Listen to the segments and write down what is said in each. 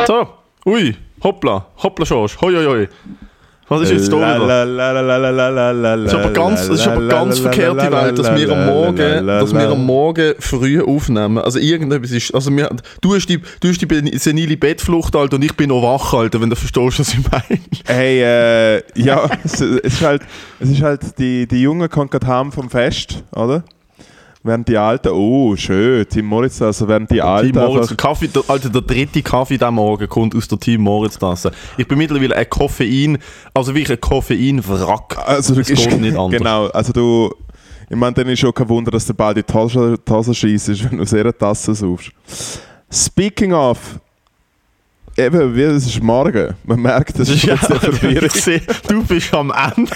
So, ui, hoppla, Schorsch, hoi, hoi, hoi. Was ist jetzt da wieder? Das ist aber ganz verkehrte Welt, dass wir am Morgen früh aufnehmen. Also irgendetwas ist, also du hast die senile Bettflucht, Alter, und ich bin noch wach, Alter, wenn du verstehst, was ich meine. Hey, ja, es ist halt die Jungen kommen gerade heim vom Fest, oder? Während die Alten, oh schön, Tim Moritz, also während die Alten... Tim Moritz, Kaffee, der dritte Kaffee diesen Morgen kommt aus der Tim Moritz Tasse. Ich bin mittlerweile ein Koffein-Wrack. Also das geht nicht anders. Genau, also ich meine, dann ist schon kein Wunder, dass du bald in die Tasse scheissest, wenn du aus einer Tasse suchst. Speaking of, eben, es ist morgen, man merkt, das ist jetzt Verwirrung. Du bist am Ende.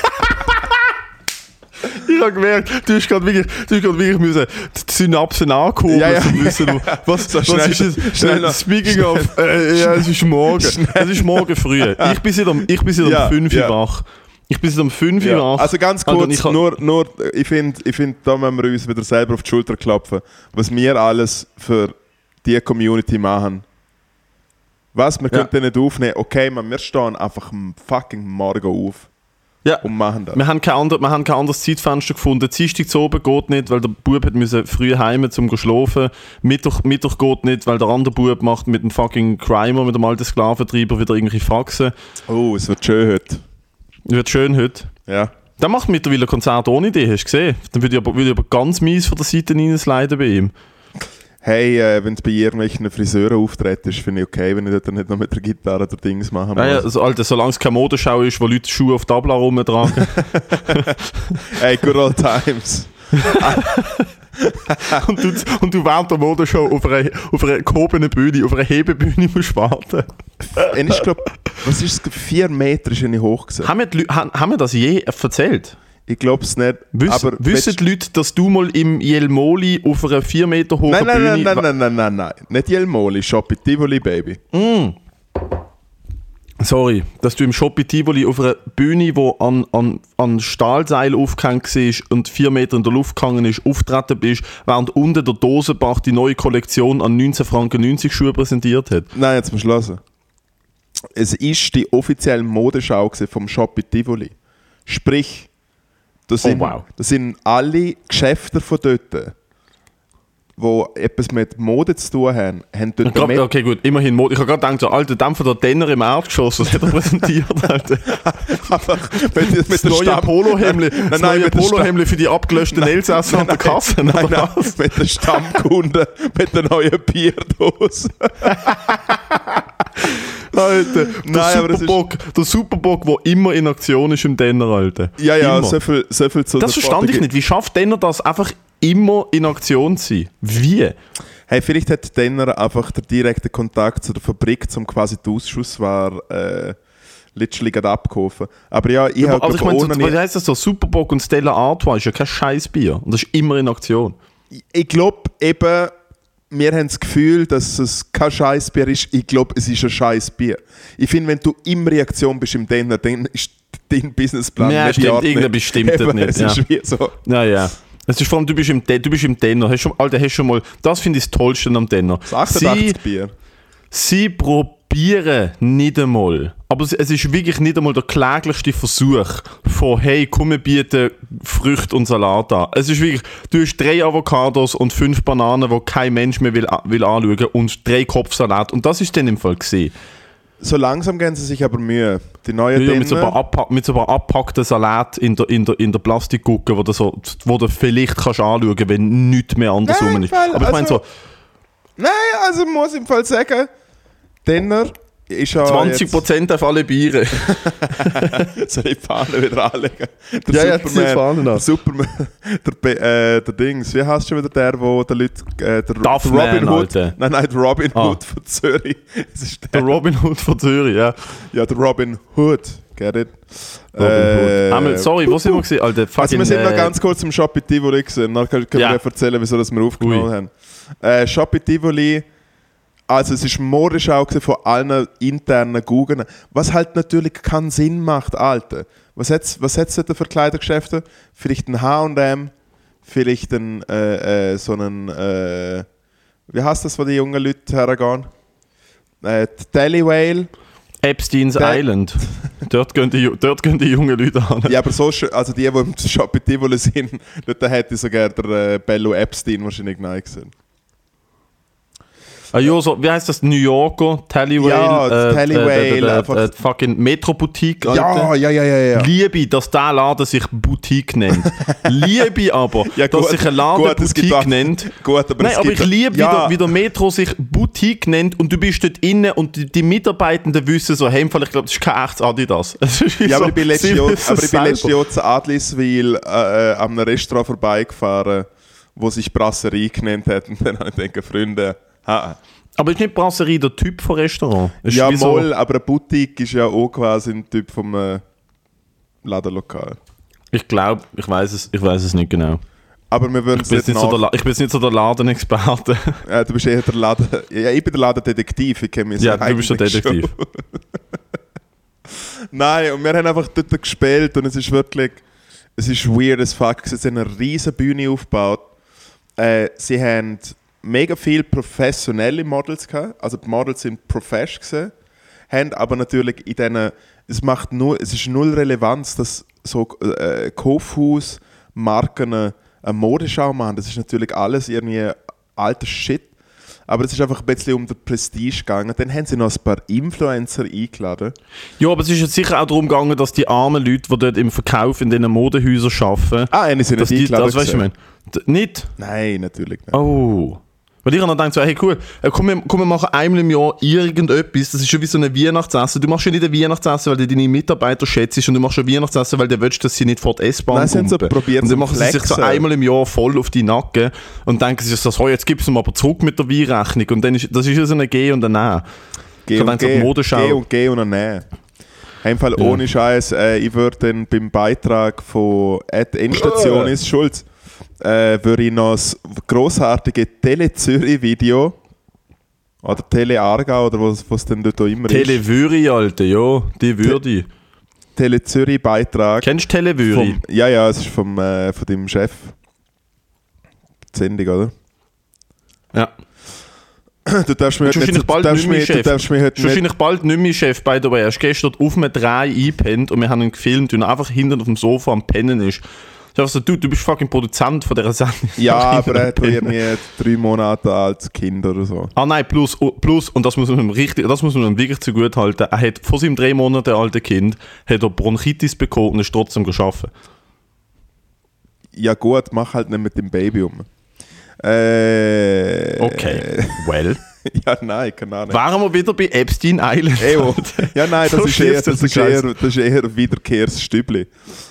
Ich habe gemerkt, du hast gerade wirklich müssen die Synapsen ankurbeln. Ja. Was ist das? Speaking of, ja, es ist morgen. Es ist morgen früh. Ich bin seit um 5 Uhr wach. Ich bin seit um 5 Uhr wach. Also ganz kurz, nur ich finde, da müssen wir uns wieder selber auf die Schulter klopfen, was wir alles für die Community machen. Was? Wir können nicht aufnehmen. Okay, man, wir stehen einfach am fucking Morgen auf. Ja, und machen das. Wir haben kein anderes Zeitfenster gefunden. Dienstag zu oben geht nicht, weil der Bub musste früh heim zum schlafen. Mittwoch geht nicht, weil der andere Bub macht mit dem fucking Crimer, mit dem alten Sklaventreiber wieder irgendwelche Faxen. Oh, es wird schön heute. Ja. Der macht mittlerweile ein Konzert ohne dich, hast du gesehen? Dann würde ich aber ganz mies von der Seite reinsliden bei ihm. Hey, wenn es bei irgendwelchen Friseuren auftritt, ist finde ich okay, wenn ich dort nicht noch mit der Gitarre der Dings machen muss. Ja, also, Alter, solange es keine Modeschau ist, wo Leute Schuhe auf Tabla rumtragen. Hey, good old times. und du während der Modeschau auf einer gehobenen Bühne, auf einer Hebebühne musst warten. Ich glaube, was ist es? 4 Meter ist nicht hoch gewesen. Haben wir das je erzählt? Ich glaube es nicht. Wissen die Leute, dass du mal im Jelmoli auf einer 4 Meter hohen Bühne... Nein. Nicht Jelmoli, Shopee Tivoli, Baby. Sorry, dass du im Shopee Tivoli auf einer Bühne, die an Stahlseil aufgehängt war und 4 Meter in der Luft gehangen ist, auftreten bist, während unten der Dosenbach die neue Kollektion an 19,90 Franken Schuhe präsentiert hat. Nein, jetzt musst du hören. Es ist die offizielle Modeschau vom Shopee Tivoli. Sprich... Das sind alle Geschäfte von dort, die etwas mit Mode zu tun haben dort okay, gut, immerhin Mode. Ich habe gerade gedacht, so, Alter, dem von der Denner im Erdgeschoss, was hat er präsentiert, Alter? mit das neue Polohemdli für die abgelöschten Elsässer an der Kasse. Nein, mit den Stammkunden, mit der neuen Bierdose. Alter, der Superbock, der immer in Aktion ist im Denner, Alter. Ja, immer. so viel zu... Das verstand ich nicht. Wie schafft Denner das, einfach immer in Aktion zu sein? Wie? Hey, vielleicht hat Denner einfach den direkten Kontakt zu der Fabrik, um quasi die Ausschussware literally abzukaufen. Aber ja, ich habe... Also ich meine, was heisst das so? Superbock und Stella Artois ist ja kein Scheißbier. Und das ist immer in Aktion. Ich glaube eben... Wir haben das Gefühl, dass es kein Scheißbier ist. Ich glaube, es ist ein Scheißbier. Ich finde, wenn du immer Reaktion bist im Denner, dann ist dein Businessplan nicht. Ja, stimmt, irgendwie stimmt das nicht. Es ist wie so. Ja. Es ist vor allem, du bist im Denner. Hast schon mal, das finde ich das Tollste am Denner. Das 88 Bier. Sie probieren nicht einmal. Aber es ist wirklich nicht einmal der kläglichste Versuch von «Hey, komm, wir bieten Früchte und Salat an». Es ist wirklich, du hast 3 Avocados und 5 Bananen, die kein Mensch mehr will anschauen und 3 Kopfsalat. Und das ist dann im Fall gesehen. So langsam geben sie sich aber Mühe. Die neue mit so ein paar abgepackten Salat in der Plastikgucke, wo du vielleicht kannst anschauen kannst, wenn nichts mehr andersrum ist. Aber ich meine so... Nein, also muss ich im Fall sagen, Denner ist ja 20% auf alle Biere. Soll ich die Fahne wieder anlegen? Der Superman, der Dings, wie heißt schon wieder der, wo der Leute, der Robin Hood, nein, der Robin Hood von Zürich. Der Robin Hood von Zürich, ja. Ja, der Robin Hood, get it? Sorry, wo sind wir gewesen, Alter? Also wir sind noch ganz kurz im Shopee Tivoli gewesen, dann können wir erzählen, wieso wir aufgenommen haben. Shopee Tivoli, also es war Modeschau von allen internen Googlen, was halt natürlich keinen Sinn macht, Alter. Was hat's denn für Kleidergeschäfte? Vielleicht ein H&M, vielleicht so einen, wie heißt das, wo die jungen Leute hergehen? Telly Whale. Epstein's Island. Dort gehen die jungen Leute an. Ja, aber so, also die im Shop in Tivoli sind, dort hätte sogar der Bello Epstein wahrscheinlich Nein gesehen. Ah, ja, so, wie heisst das? New Yorker, Telly Whale, ja, Telly Whale, fucking Metro-Boutique. Ja. Liebe, dass der Laden sich Boutique nennt. Liebe aber, ja, dass sich ein Laden Boutique nennt. Gut, aber nein, aber ich liebe, wie der Metro sich Boutique nennt und du bist dort innen und die Mitarbeitenden wissen so, hey, ich glaube, das ist kein echtes Adidas. Ja, aber ich bin letztes Jahr zu Adliswil an einem Restaurant vorbeigefahren, wo sich Brasserie genannt hat und dann habe ich gedacht, Freunde, Aber ist nicht Brasserie der Typ von Restaurant? Ja, mal, aber eine Boutique ist ja auch quasi ein Typ vom Ladenlokal. Ich glaube, ich weiß es nicht genau. Aber wir würden ich bin jetzt nicht so der Ladenexperte. Du bist eher der Laden... Ja, ich bin der Ladendetektiv, ich kenne mich ja, du bist der Detektiv. Nein, und wir haben einfach dort gespielt und es ist wirklich... Es ist weird as fuck. Sie haben eine riesen Bühne aufgebaut. Sie haben mega viele professionelle Models gehabt. Also die Models sind professional gewesen, haben aber natürlich in diesen... Es ist null Relevanz, dass so Kaufhaus-Marken eine Modeschau machen. Das ist natürlich alles irgendwie alter Shit. Aber es ist einfach ein bisschen um den Prestige gegangen. Dann haben sie noch ein paar Influencer eingeladen. Ja, aber es ist jetzt sicher auch darum gegangen, dass die armen Leute, die dort im Verkauf in diesen Modehäusern arbeiten... sie nicht eingeladen. Das weißt du, ich meine. Nicht? Nein, natürlich nicht. Oh... Weil ich habe dann gedacht, so, hey cool, komm, wir machen einmal im Jahr irgendetwas, das ist schon wie so ein Weihnachtsessen. Du machst ja nicht ein Weihnachtsessen, weil du deine Mitarbeiter schätzt, und du machst ein Weihnachtsessen, weil du willst, dass sie nicht vor die S-Bahn kommen. So probiert und dann machen sie sich so einmal im Jahr voll auf die Nacken und denken sich so, oh, jetzt gibst du mir aber zurück mit der Weinrechnung. Und dann das ist ja so ein G und ein Nein. G und ein Nein. Im Fall ohne Scheiß, ich würde dann beim Beitrag von Endstation ist Schulz, würde ich noch das grossartige Tele-Zürich-Video oder Tele-Argau oder was denn dort auch immer ist. Tele-Würi, Alter, ja, die würde. Tele-Zürich-Beitrag. Kennst du Tele-Würi? Ja, es ist von deinem Chef. Die Sendung, oder? Ja. Du darfst mir wahrscheinlich bald nicht mehr Chef, by the way. Er ist gestern auf einem 3 eingepennt und wir haben ihn gefilmt und er einfach hinten auf dem Sofa am Pennen ist. Also, du bist fucking Produzent von dieser Sendung. Ja, aber er hat irgendwie 3 Monate altes Kind oder so. Ah nein, plus, und das muss man ihm wirklich zugute halten, er hat von seinem 3 Monate alten Kind hat er Bronchitis bekommen und ist trotzdem gearbeitet. Ja gut, mach halt nicht mit dem Baby um. Okay, well. Ja, nein, keine Ahnung. Waren wir wieder bei Epstein Island? Ja, nein, das ist eher ein Wiederkehrsstübli.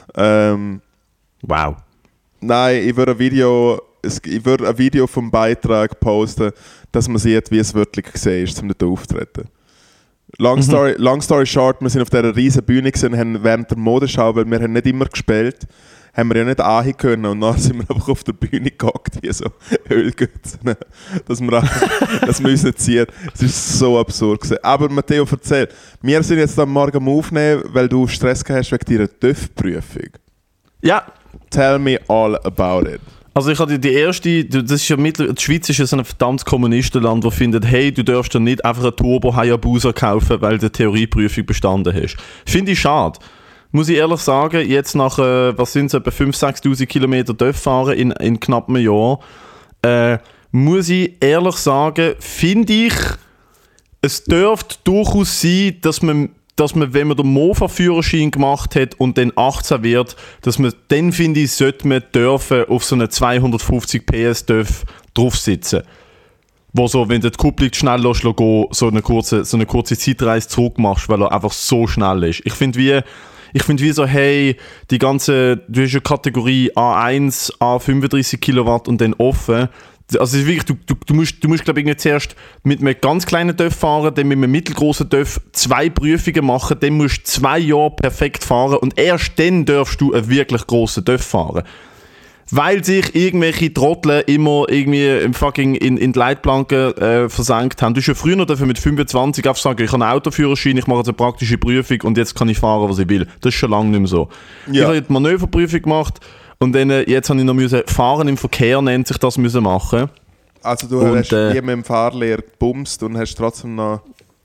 Wow. Nein, ich würde ein Video vom Beitrag posten, dass man sieht, wie es wirklich gesehen ist, um dort aufzutreten. Long story short, wir sind auf dieser riesen Bühne gewesen, haben während der Modeschau, weil wir haben nicht immer gespielt, haben wir ja nicht anhören können und dann sind wir einfach auf der Bühne gehockt, wie so Ölgötzen, dass wir uns nicht ziehen. Es war so absurd gewesen. Aber Matteo, erzähl, wir sind jetzt am Morgen am Aufnehmen, weil du Stress gehabt hast wegen deiner TÜV-Prüfung. Ja. Tell me all about it. Also ich hatte die erste, das ist ja die Schweiz ist ja so ein verdammtes Kommunistenland, das findet, hey, du darfst ja nicht einfach einen Turbo Hayabusa kaufen, weil du die Theorieprüfung bestanden hast. Finde ich schade. Muss ich ehrlich sagen, jetzt nach, was sind es, etwa 5'000, 6'000 Kilometer TÜV fahren in knapp einem Jahr, muss ich ehrlich sagen, finde ich, es dürfte durchaus sein, dass man, wenn man den Mofa-Führerschein gemacht hat und dann 18 wird, dass man dann, finde ich, sollte man dürfen auf so einen 250 PS TÜV draufsitzen. Wo so, wenn du die Kupplung schnell lässt, so eine kurze Zeitreise zurück machst, weil er einfach so schnell ist. Ich finde wie so, hey, du hast eine Kategorie A1, A35 Kilowatt und dann offen. Also wirklich, du musst glaube ich, zuerst mit einem ganz kleinen TÜV fahren, dann mit einem mittelgroßen TÜV 2 Prüfungen machen, dann musst du 2 Jahre perfekt fahren und erst dann darfst du einen wirklich grossen TÜV fahren. Weil sich irgendwelche Trottel immer irgendwie in die Leitplanken versenkt haben. Du hast ja früher noch mit 25 einfach sagen, ich habe einen Autoführerschein, ich mache jetzt eine praktische Prüfung und jetzt kann ich fahren, was ich will. Das ist schon lange nicht mehr so. Ja. Ich habe die Manöverprüfung gemacht und dann, jetzt habe ich noch Fahren im Verkehr, nennt sich das, machen. Also du hast wie mit dem Fahrlehrer gebumst und hast trotzdem noch...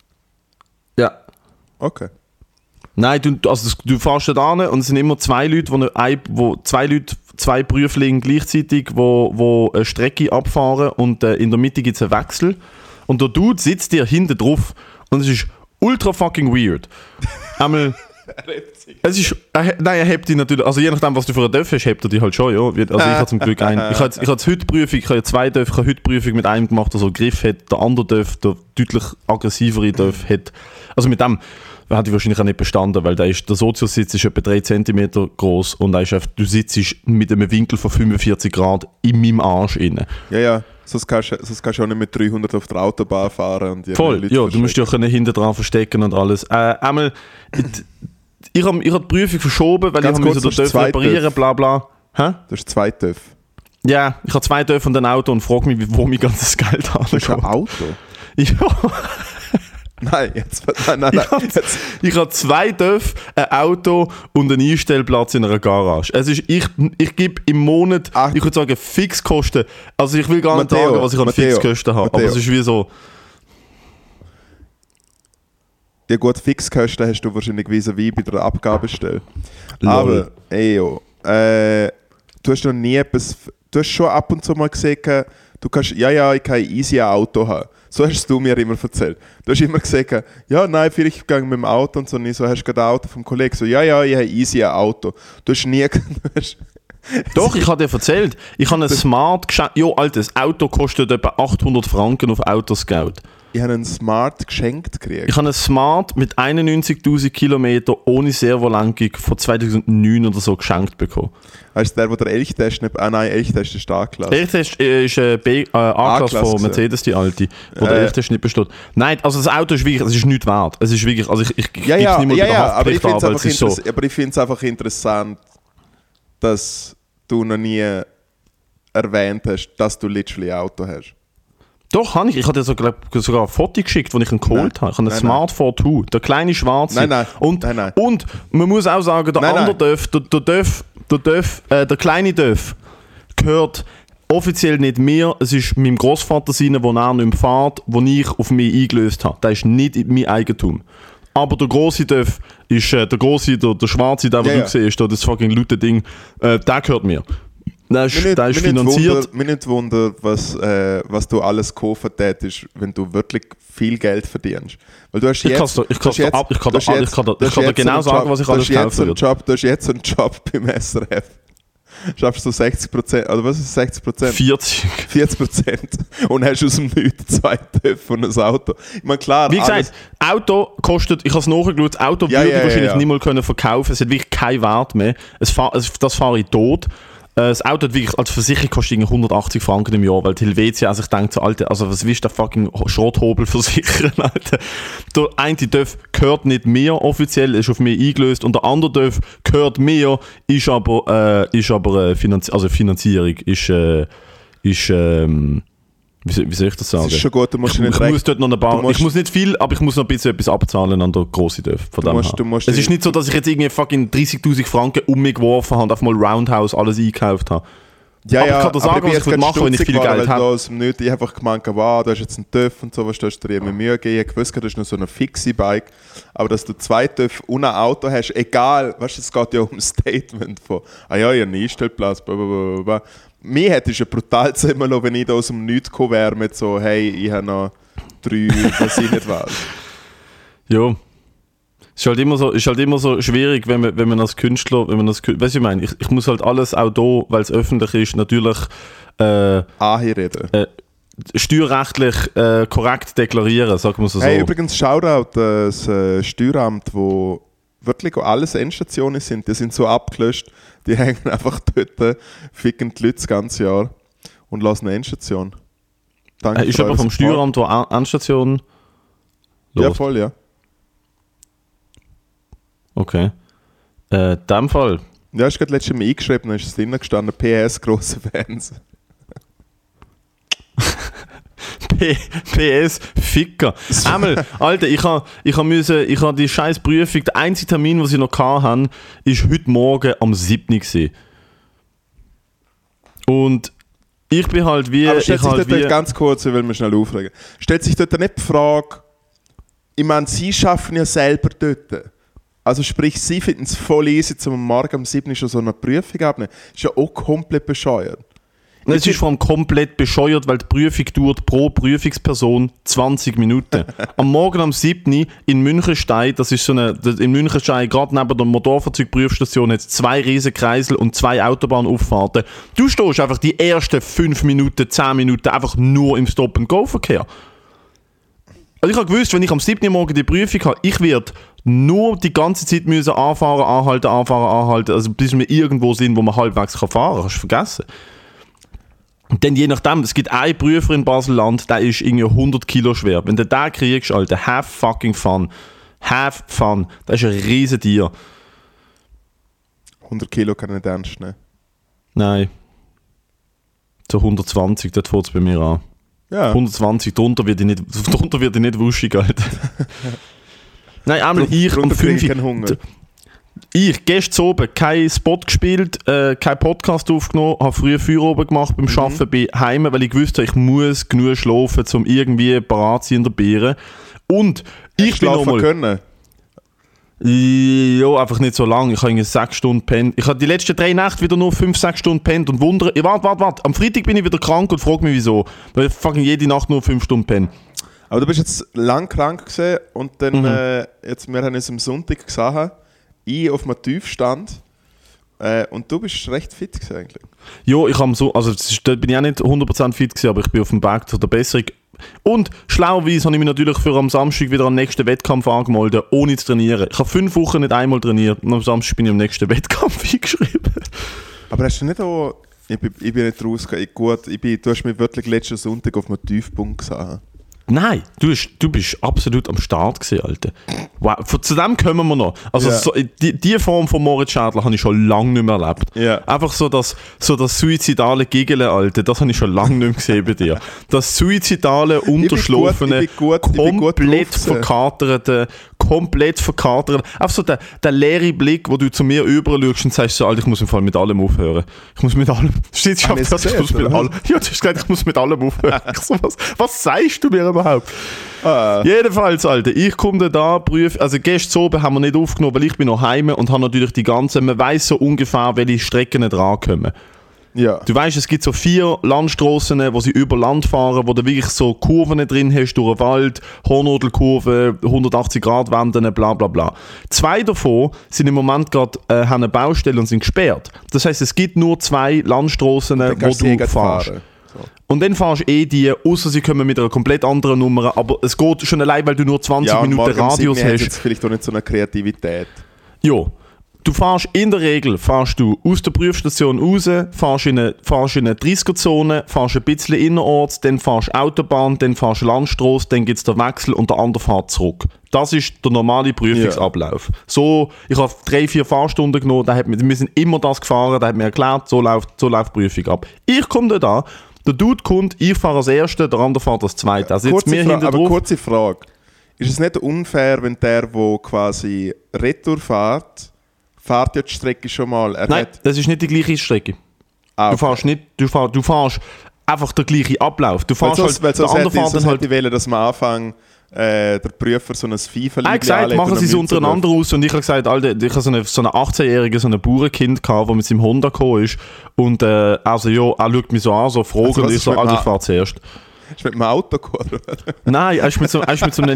Ja. Okay. Nein, du fährst da hin und es sind immer zwei Leute, zwei Prüflinge gleichzeitig, wo eine Strecke abfahren und in der Mitte gibt es einen Wechsel. Und der Dude sitzt dir hinten drauf und es ist ultra fucking weird. Einmal... Es ist, er hebt die natürlich, also je nachdem was du für einen Döff hast, hebt er die halt schon, ja. Also ich habe zum Glück einen, ich habe heute Prüfung, ich habe zwei Döff, ich habe heute Prüfung mit einem gemacht, der so einen Griff hat, der andere Döff, der deutlich aggressivere Döff hat, also mit dem hätte ich wahrscheinlich auch nicht bestanden, weil der Soziositz ist etwa 3 cm groß und du sitzt mit einem Winkel von 45 Grad in meinem Arsch inne. Ja. Sonst kannst du auch nicht mit 300 auf der Autobahn fahren. Und voll, ja, du musst dich auch hinten dran verstecken und alles. Einmal, ich habe die Prüfung verschoben, weil ich musste den Döff reparieren, bla bla. Hä? Du hast 2 Döff. Ja, ich habe 2 Döff und ein Auto und frage mich, wo mein ganzes Geld ankommt. Du hast ein Auto? Ja. Nein. Ich habe 2 Döff, ein Auto und einen Einstellplatz in einer Garage. Ich gebe im Monat, ich würde sagen, Fixkosten. Also ich will gar nicht sagen, was ich an Fixkosten habe, aber es ist wie so... Ja gut, Fixkosten hast du wahrscheinlich wie bei der Abgabestelle. Aber, du hast noch nie etwas... Du hast schon ab und zu mal gesagt, du kannst, ich kann easy ein Auto haben. So hast du mir immer erzählt. Du hast immer gesagt, ja, nein, vielleicht gehe ich mit dem Auto und so. Und so, hast du gerade ein Auto vom Kollegen? So, ja, ich habe easy ein Auto. Du hast nie... Doch, ich habe dir erzählt. Ich habe ein Smart geschenkt. Jo, Alter, das Auto kostet etwa 800 Franken auf Autoscout. Ich habe einen Smart geschenkt gekriegt. Ich habe einen Smart mit 91'000 Kilometer ohne Servolenkung von 2009 oder so geschenkt bekommen. Heißt der, wo der Elchtest nicht... nein, Elchtest ist A-Klasse. Elchtest ist A-Klasse von Mercedes, die alte, wo der Elchtest nicht besteht. Nein, also das Auto ist wirklich, es ist nichts wert. Es ist wirklich, also ich gebe es nicht mal bei der Haftpflicht an, weil es ist so... Aber ich finde es einfach interessant, dass du noch nie erwähnt hast, dass du literally ein Auto hast. Doch, habe ich. Ich hatte sogar ein Foto geschickt, das ich ihn geholt habe. Ich habe einen Smart 4.2, der kleine schwarze. Nein. Und man muss auch sagen, der andere Döff, der kleine Döff, gehört offiziell nicht mir. Es ist meinem Großvater seine, wo er nicht mehr fährt, den ich auf mich eingelöst habe. Der ist nicht mein Eigentum. Aber der grosse Döff ist der schwarze, der du siehst, das fucking laute Ding, der gehört mir. Der ist finanziert. Mir nicht wundern, was du alles kaufen tätest, wenn du wirklich viel Geld verdienst. Weil du hast jetzt, ich kann dir genau sagen, was ich alles kaufen würde. Du hast jetzt einen Job beim SRF. Schaffst du 60%, oder was ist 60%? 40%. Und hast aus dem Nichts 2 Töpfe und ein Auto. Ich meine, klar. Wie gesagt, Auto kostet, ich habe es nachgeschaut, das Auto würde ich wahrscheinlich nicht mal verkaufen. Es hat wirklich keinen Wert mehr. Das fahre ich tot. Das Auto hat wirklich, als Versicherung kostet 180 Franken im Jahr, weil die Helvetia, also ich denke so, Alter, also was willst du da fucking Schrothobel versichern, Alter? Der eine Döff gehört nicht mir offiziell, ist auf mich eingelöst, und der andere Döff gehört mir, ist aber Finanzierung, wie soll ich das sagen? Das ist schon gut, du musst ich muss dort noch ich muss nicht viel, aber ich muss noch ein bisschen etwas abzahlen an der grossen Döff. Es ist nicht so, dass ich jetzt irgendwie fucking 30'000 Franken um mich geworfen habe und auf mal Roundhouse alles eingekauft habe. Ja, aber ich kann dir sagen, was ich würde machen, wenn ich viel Geld habe. Ich habe einfach gemeint, wow, du hast jetzt einen Töff und sowas, du hast dir immer Mühe gegeben. Ich wusste, das ist noch so eine fixe Bike. Aber dass du 2 Töpfe und ein Auto hast, egal, weißt du, es geht ja um ein Statement von, ich habe einen Einstellplatz, blablabla. Mir hätte es ja brutal zusammen lassen, wenn ich da aus dem Nichts gekommen wäre mit so, hey, ich habe noch 3, was ich nicht weiß. Ja. Es ist halt immer so schwierig, wenn man als Künstler, weißt du, ich meine, ich muss halt alles auch da, weil es öffentlich ist, natürlich reden. Steuerrechtlich korrekt deklarieren, sagen wir so. Hey, übrigens, Shoutout das Steueramt, wo wirklich alles Endstationen sind, die sind so abgelöscht, die hängen einfach dort, ficken die Leute das ganze Jahr und lassen eine Endstation. Danke ist aber vom Steueramt, wo Endstation los. Ja, voll, ja. Okay. In dem Fall. Ja, ich habe gerade letztes Mal eingeschrieben, da ist es drinnen gestanden, PS, grosse Fans. PS, Ficker. Einmal, Alter, ich habe die scheiß Prüfung, der einzige Termin, den ich noch hatte, ist heute Morgen am 7. gewesen. Und ich bin halt wie... Aber stellt sich dort ganz kurz, ich will mich schnell aufregen. Stellt sich dort nicht die Frage, ich meine, sie arbeiten ja selber dort. Also sprich, sie finden es voll easy, zum Morgen um 7 Uhr schon so eine Prüfung abnehmen. Ist ja auch komplett bescheuert. Es ist vor allem komplett bescheuert, weil die Prüfung dauert pro Prüfungsperson 20 Minuten. Am Morgen um 7 Uhr in Münchenstein, das ist in Münchenstein, gerade neben der Motorfahrzeugprüfstation, hat es 2 riesen Kreisel und 2 Autobahnauffahrten. Du stehst einfach die ersten 5 Minuten, 10 Minuten einfach nur im Stop-and-Go-Verkehr. Also ich habe gewusst, wenn ich am 7. Uhr morgen die Prüfung habe, ich werde nur die ganze Zeit müssen anfahren, anhalten, also bis wir irgendwo sind, wo man halbwegs fahren kann. Hast du vergessen? Und dann je nachdem, es gibt einen Prüfer in Basel-Land, der ist irgendwie 100 Kilo schwer. Wenn du den kriegst, Alter, have fucking fun. Have fun. Das ist ein riesen Tier. 100 Kilo kann ich nicht ernst nehmen. Nein. So 120, dort fängt es bei mir an. Ja. 120, darunter wird ich nicht wuschig, Alter. Nein, einmal ich um 5 Uhr. Ich, gestern oben, keinen Spot gespielt, keinen Podcast aufgenommen, habe früher Feierabend gemacht beim Arbeiten, bin heim, weil ich wusste, ich muss genug schlafen, um irgendwie parat zu sein in der Beere. Und ich bin schlafen können? Ja, einfach nicht so lange. Ich habe irgendwie 6 Stunden pennt. Ich habe die letzten 3 Nächte wieder nur 5-6 Stunden pennt und wundere. Warte. Am Freitag bin ich wieder krank und frage mich wieso. Weil ich fucking jede Nacht nur 5 Stunden penne. Aber du bist jetzt lang krank gewesen und dann, wir haben uns am Sonntag gesehen, ich auf einem Tiefstand und du bist recht fit gewesen eigentlich. Ja, da bin ich auch nicht 100% fit gewesen, aber ich bin auf dem Weg zu der Besserung. Und schlauerweise habe ich mich natürlich für am Samstag wieder am nächsten Wettkampf angemeldet, ohne zu trainieren. Ich habe 5 Wochen nicht einmal trainiert und am Samstag bin ich am nächsten Wettkampf eingeschrieben. Aber hast du nicht auch... Ich bin nicht rausgegangen. Du hast mich wirklich letzten Sonntag auf einem Tiefpunkt gesehen. Nein, du bist absolut am Start gewesen, Alter. Wow, zu dem kommen wir noch. Also die Form von Moritz Schädler habe ich schon lange nicht mehr erlebt. Yeah. Einfach so das suizidale Giggeln, Alter, das habe ich schon lange nicht mehr gesehen bei dir. Das suizidale, unterschlafene, komplett verkaterte, einfach so der leere Blick, wo du zu mir überschaust und sagst so, Alter, ich muss im Fall mit allem aufhören. Ich muss mit allem... Ich muss mit allem aufhören. Was sagst du mir überhaupt? Jedenfalls, Alter, ich komme da prüfen, also gestern oben haben wir nicht aufgenommen, weil ich bin noch heim und habe natürlich die ganzen, man weiss so ungefähr, welche Strecken drankommen. Ja. Du weißt, es gibt so 4 Landstrassen, wo sie über Land fahren, wo du wirklich so Kurven drin hast, durch den Wald, Hornnadelkurven, 180-Grad-Wenden, bla bla bla. 2 davon sind im Moment gerade haben eine Baustelle und sind gesperrt. Das heisst, es gibt nur 2 Landstrassen, wo du fahrst. So. Und dann fahrst du die, außer sie kommen mit einer komplett anderen Nummer, aber es geht schon allein, weil du nur 20 Minuten Radius hast. Ja, jetzt vielleicht auch nicht so eine Kreativität. Ja. Du fährst in der Regel aus der Prüfstation raus, fährst in eine 30er-Zone, fährst ein bisschen innerorts, dann fährst Autobahn, dann fährst Landstrasse, dann gibt es den Wechsel und der andere fährt zurück. Das ist der normale Prüfungsablauf. Ja. So, ich habe 3-4 Fahrstunden genommen, wir sind immer das gefahren, da hat mir erklärt, so läuft die Prüfung ab. Ich komme da, der Dude kommt, ich fahre als Erster, der andere fährt als Zweiter. Also kurze Frage. Ist es nicht unfair, wenn der quasi Retour fährt ja die Strecke schon mal? Nein, das ist nicht die gleiche Strecke. Okay. Du fährst einfach den gleichen Ablauf. Du fährst hätte ich dass man anfangen der Prüfer so ein FIFA-Liebling anlegt. Gesagt, machen sie es untereinander aus und ich habe gesagt, Alter, ich habe so eine 18-jährige, so ein Bauernkind gehabt, der mit seinem Honda gekommen ist und er schaut mich so an, so fragt und ich so, Alter, ich fahre zuerst. Hast du mit dem Auto gekommen? Nein, er ist mit so einem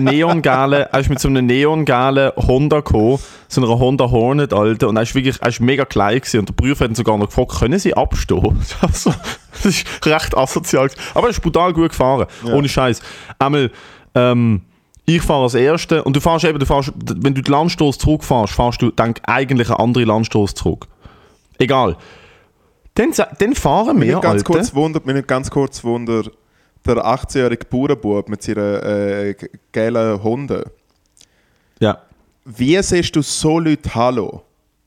neongalen Honda gekommen, so einer Honda Hornet, Alter, und er ist mega klein gewesen und der Prüfer hat ihn sogar noch gefragt, können Sie abstehen? Also, das ist recht asozial. Aber er ist brutal gut gefahren, ohne Scheiß. Einmal, ich fahre als Erster und du fährst, wenn du die Landstrasse zurückfährst, fährst du eigentlich eine andere Landstrasse zurück. Egal. Dann fahren wir, Alter. Mir nicht ganz kurz Wunder, der 18-jährige Bauernbub mit seiner gelben Hunde. Ja. Wie siehst du so Leute Hallo?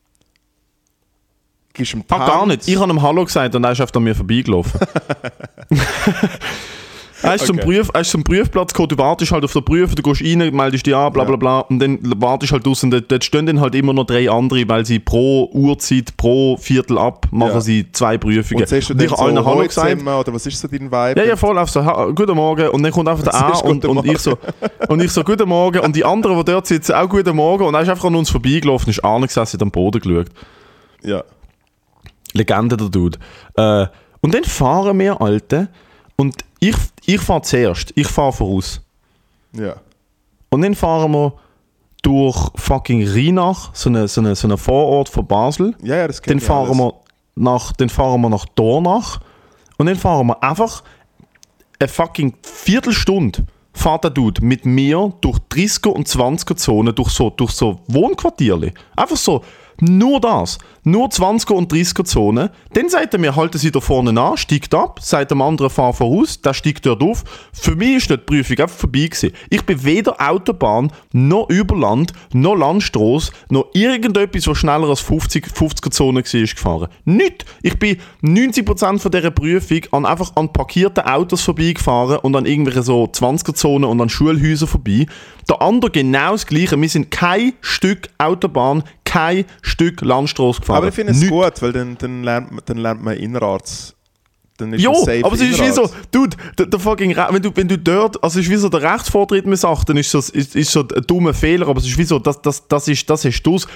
Gibst du ihm Tanz? Gar nicht. Ich habe ihm Hallo gesagt und er ist einfach an mir vorbeigelaufen. Hast du zum Prüfplatz gekommen, du wartest halt auf den Prüfer, du gehst rein, meldest dich an, bla bla bla, und dann wartest halt aus und dort stehen dann halt immer noch 3 andere, weil sie pro Uhrzeit, pro Viertel ab, machen sie 2 Prüfungen. Und sagst du dann so Hallo gesagt? Oder was ist so dein Vibe? Ja, voll auf so, guten Morgen, und dann kommt einfach der A und ich so, guten Morgen, und die anderen, die dort sitzen, auch guten Morgen, und dann ist einfach an uns vorbeigelaufen, ist angesessen, am Boden geschaut. Ja. Legende der Dude. Und dann fahren wir, Alte, und ich fahre zuerst, ich fahre voraus. Ja. Und dann fahren wir durch fucking Rheinach, so eine Vorort von Basel. Ja, das dann fahren wir nach Dornach und dann fahren wir einfach eine fucking Viertelstunde fährt der Dude mit mir durch 30er und 20er Zonen, durch so Wohnquartierli. Einfach so, nur das. Nur 20er und 30er Zonen. Dann sagt er mir, halten Sie da vorne an, steigt ab, sagt dem anderen, fahr voraus, der steigt dort auf. Für mich ist die Prüfung einfach vorbei gewesen. Ich bin weder Autobahn, noch Überland, noch Landstrasse, noch irgendetwas, was schneller als 50er Zonen war, gefahren. Nicht. Ich bin 90% von dieser Prüfung einfach an parkierten Autos vorbeigefahren und an irgendwelchen so 20er Zonen und an Schulhäusern vorbei. Der andere genau das Gleiche. Wir sind kein Stück Autobahn, kein Stück Landstrasse gefahren. Aber ich finde es gut, weil dann lernt man innerorts. Dann ist jo, safe aber es ist wie so, Dude, der fucking, wenn du dort, also es ist wie so der Rechtsvortritt, man sagt, dann ist so ein dummer Fehler, aber es ist wie so, das ist das,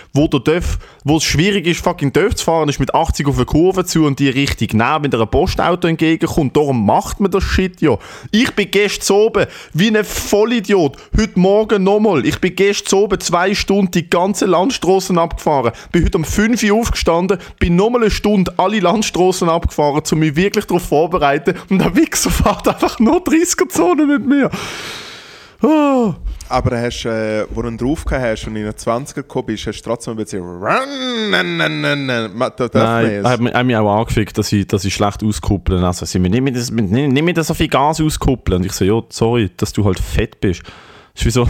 wo es schwierig ist, fucking doof zu fahren, ist mit 80 auf eine Kurve zu und die richtig nah, wenn dir ein Postauto entgegenkommt, darum macht man das Shit, ja. Ich bin gestern oben wie ein Vollidiot, heute Morgen nochmal, ich bin gestern oben 2 Stunden die ganze Landstraßen abgefahren, bin heute um 5 Uhr aufgestanden, bin nochmal eine Stunde alle Landstraßen abgefahren, um mich wirklich darauf vorbereiten und der Wichser fährt einfach nur 30er-Zonen mit mir. Oh. Aber hast, wo du drauf hast und in den 20er gekommen bist, hast du trotzdem ein bisschen Nein, er hat mich auch angefickt, dass ich schlecht auskuppeln. Also sie nicht mit so viel Gas auskuppeln. Und ich so, ja, sorry, dass du halt fett bist. Das ist wie so...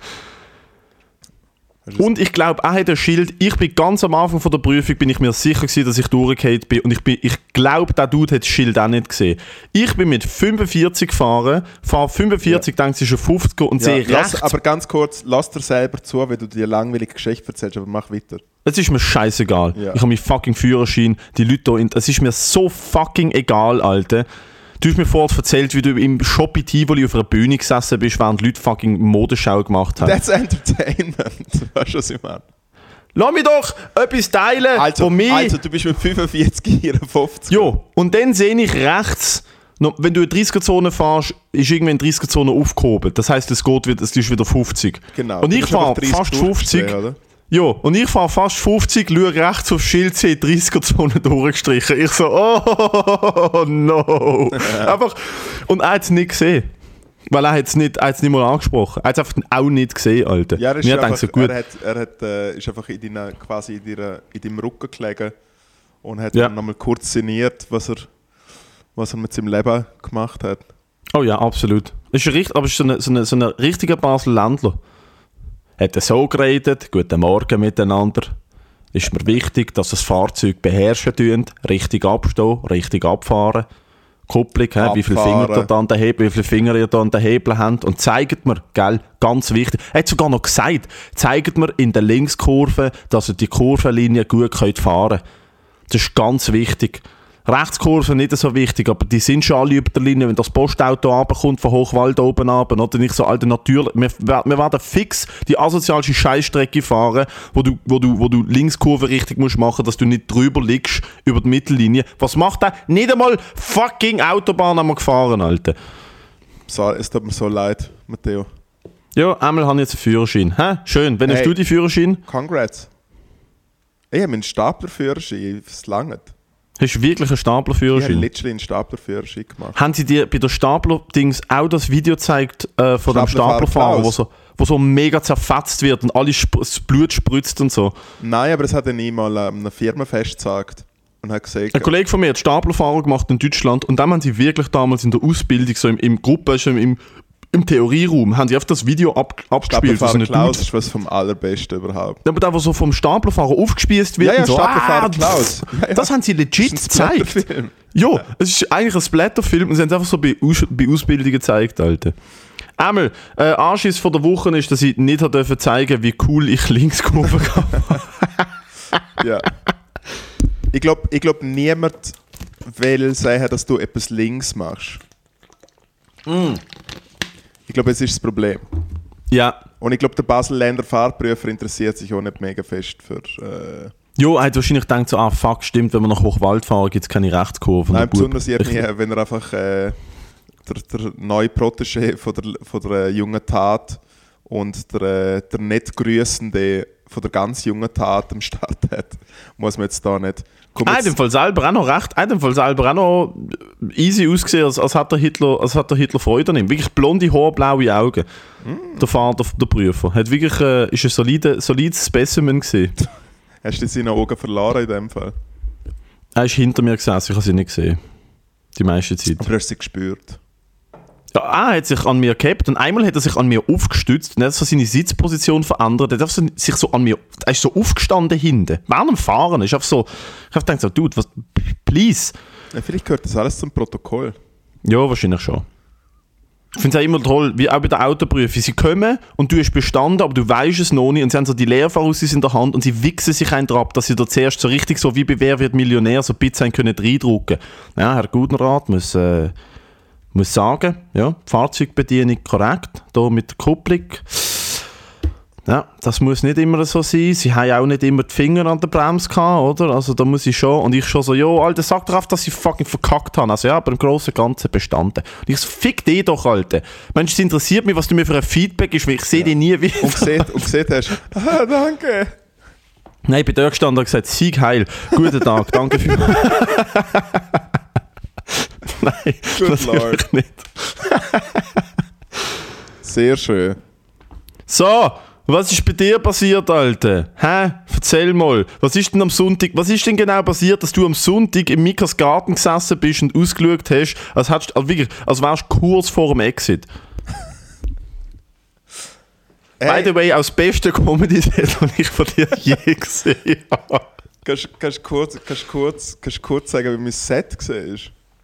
Und ich glaube, er hat ein Schild. Ich bin ganz am Anfang von der Prüfung, bin ich mir sicher gewesen, dass ich durchgefallen bin. Und ich glaube, der Dude hat das Schild auch nicht gesehen. Ich bin mit 45 gefahren, fahre 45, denke, es ist ein 50er und sehe rechts. Aber ganz kurz, lass dir selber zu, wenn du dir langweilige Geschichte erzählst, aber mach weiter. Es ist mir scheißegal. Ja. Ich habe meinen fucking Führerschein, die Leute hier, es ist mir so fucking egal, Alter. Du hast mir vorhin erzählt, wie du im Shop in Tivoli auf einer Bühne gesessen bist, während Leute fucking Modenschau gemacht haben. That's Entertainment. Weißt du, was ich meine? Lass mich doch etwas teilen, also, du bist mit 45 hier 50. Ja, und dann sehe ich rechts, wenn du in 30er-Zone fährst, ist irgendwann 30er-Zone aufgehoben. Das heisst, es ist wieder 50. Genau. Und ich fahre fast 50. Oder? Ja, und ich fahre fast 50, schaue rechts aufs Schild, sehe 30er-Zone durchgestrichen. Ich so, oh no. Einfach, und er hat es nicht gesehen. Weil er hat es nicht mal angesprochen. Er hat es einfach auch nicht gesehen, Alter. Ja, er ist einfach in deinem Rücken gelegen und hat dann nochmal kurz sinniert, was er mit seinem Leben gemacht hat. Oh ja, absolut. Aber es ist so ein richtiger Basel-Ländler. Hat er so geredet, guten Morgen miteinander. Ist mir wichtig, dass das Fahrzeug beherrschen tun, richtig abstehen, richtig abfahren. Kupplung, wie viele Finger ihr da an den Hebel habt. Und zeigt mir, gell, ganz wichtig. Er hat sogar noch gesagt, zeigt mir in der Linkskurve, dass ihr die Kurvenlinie gut fahren könnt. Das ist ganz wichtig. Rechtskurven nicht so wichtig, aber die sind schon alle über der Linie, wenn das Postauto runterkommt von Hochwald oben runter, oder nicht so, Alter, natürlich, wir werden fix die asozialste Scheißstrecke fahren, wo du Linkskurve richtig musst machen, dass du nicht drüber liegst, über die Mittellinie. Was macht der? Nicht einmal fucking Autobahn haben wir gefahren, Alter. Es tut mir so leid, Matteo. Ja, einmal habe ich jetzt einen Führerschein. Hä? Schön. Wann hast du die Führerschein? Congrats. Ich habe einen Staplerführerschein, das langt. Hast du wirklich einen Staplerführerschein? Ich habe literally einen Staplerführerschein gemacht. Haben sie dir bei der Stapler-Dings auch das Video gezeigt von dem Staplerfahrer, wo so mega zerfetzt wird und alles das Blut spritzt und so? Nein, aber es hat er nie mal einer Firmenfest gesagt. Und hat gesagt, ein Kollege von mir hat Staplerfahrer gemacht in Deutschland und dann haben sie wirklich damals in der Ausbildung, so im Gruppe, im im Theorieraum haben die einfach das Video abgespielt. Staplerfahrer Klaus ist was vom Allerbesten überhaupt. Aber da, wo so vom Staplerfahrer aufgespießt wird. Ja, so, Staplerfahrer Klaus. Ja. Das haben sie legit gezeigt. Ja, es ist eigentlich ein Splatterfilm und sie haben es einfach so bei Ausbildungen gezeigt, Alter. Einmal, Anschiss von der Woche ist, dass ich nicht zeigen durfte, wie cool ich links kurven kann. Ja. Ich glaub, niemand will sagen, dass du etwas links machst. Ich glaube, es ist das Problem. Ja. Und ich glaube, der Basel-Länder Fahrprüfer interessiert sich auch nicht mega fest für... Jo, er hat wahrscheinlich gedacht so, stimmt, wenn wir nach Hochwald fahren, gibt es keine Rechtskurven. Nein, besonders wenn er einfach der neue Protégé von der jungen Tat und der nicht grüßende von der ganz jungen Tat am Start hat, muss man jetzt da nicht... In dem Fall selber auch noch recht, in dem Fall selber auch noch easy ausgesehen, als hat der Hitler Freude an ihm. Wirklich blonde Haare, blaue Augen. Der Vater, der Prüfer. Hat wirklich, ist ein solides Specimen gewesen. Hast du seine Augen verloren in dem Fall? Er ist hinter mir gesessen, ich habe sie nicht gesehen. Die meiste Zeit. Aber hast du sie gespürt? Ja, er hat sich an mir gehabt und einmal hat er sich an mir aufgestützt und er hat so seine Sitzposition verändert. Er ist so aufgestanden hinten. Während dem Fahren ist einfach so, ich habe gedacht so, Dude, was, please. Ja, vielleicht gehört das alles zum Protokoll. Ja, wahrscheinlich schon. Ich finde es auch immer toll, wie auch bei der Autoprüfung. Sie kommen und du hast bestanden, aber du weißt es noch nicht und sie haben so die Lehrverausweis in der Hand und sie wichsen sich einen ab, dass sie da zuerst so richtig so wie bei «Wer wird Millionär» so ein bisschen können reindrücken. Ja, Herr Gudenrat muss sagen, ja, Fahrzeugbedienung korrekt, hier mit der Kupplung. Ja, das muss nicht immer so sein. Sie haben auch nicht immer die Finger an der Bremse gehabt, oder? Also da muss ich schon, und ich schon so, jo, Alter, sag doch einfach, dass ich fucking verkackt habe. Also ja, aber im Großen und Ganzen bestanden. Und ich so, fick dich doch, Alter. Mensch, es interessiert mich, was du mir für ein Feedback gibst, weil ich sehe dich nie wieder. Und gesehen hast, danke. Nein, ich bin da gestanden und gesagt, Sieg heil, guten Tag, danke für... Nein, natürlich nicht. Sehr schön. So, was ist bei dir passiert, Alter? Erzähl mal. Was ist denn genau passiert, dass du am Sonntag im Mikas Garten gesessen bist und ausgeschaut hast, als wärst du kurz vor dem Exit? By the way, auch das beste Comedy-Set, das ich von dir je gesehen habe. Kannst du kurz sagen, wie mein Set war?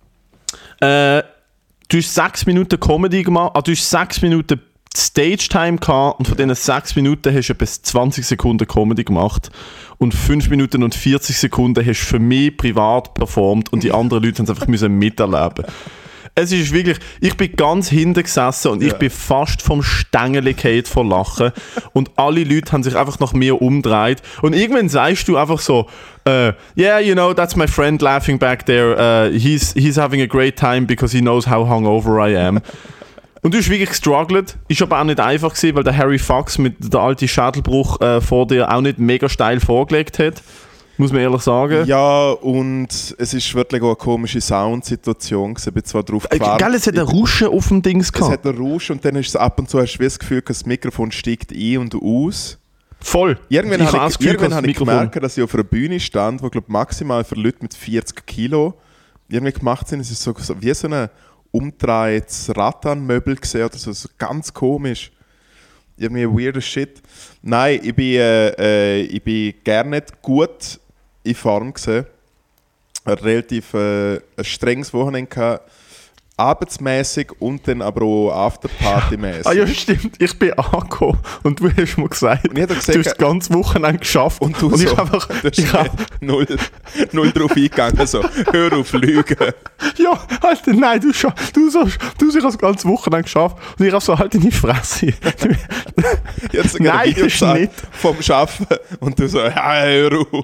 Du hast 6 Minuten Comedy gemacht, du hast 6 Minuten Stage-Time gehabt und von diesen 6 Minuten hast du bis 20 Sekunden Comedy gemacht und 5 Minuten und 40 Sekunden hast du für mich privat performt und die anderen Leute haben es einfach miterleben. Es ist wirklich, ich bin ganz hinten gesessen und ich bin fast vom Stängel gefallen vor Lachen und alle Leute haben sich einfach nach mir umgedreht und irgendwann sagst du einfach so, yeah, you know, that's my friend laughing back there, he's having a great time because he knows how hungover I am. Und du hast wirklich gestruggelt, ist aber auch nicht einfach gewesen, weil der Harry Fox mit der alten Schädelbruch vor dir auch nicht mega steil vorgelegt hat. Muss man ehrlich sagen. Ja, und es ist wirklich auch eine komische Soundsituation. Ich bin zwar drauf gefahren. Gell, es hat ein Rauschen auf dem Dings gehabt. Es hat ein Rauschen und dann ist es ab und zu hast du das Gefühl, das Mikrofon steigt ein und aus. Voll. Irgendwann habe ich gemerkt, dass ich auf einer Bühne stand, wo maximal für Leute mit 40 Kilo irgendwie gemacht sind. Es ist so wie so ein umgedrehtes Rattanmöbel gesehen oder so ganz komisch. Irgendwie weirder Shit. Nein, ich bin gerne nicht gut in Form gesehen. Ein relativ ein strenges Wochenende gehabt. Arbeitsmäßig und dann aber auch Afterparty-mäßig. Ja, stimmt. Ich bin angekommen und du hast mir gesagt, du hast das ganze Wochenende geschafft. Und du ich so, einfach, null drauf eingegangen, so, hör auf Lügen. Ja, Alter, nein, du hast das ganze Wochenende geschafft und ich habe so halt in die Fresse. Jetzt sogar ein Video gesagt vom Arbeiten und du so, ja, hör auf.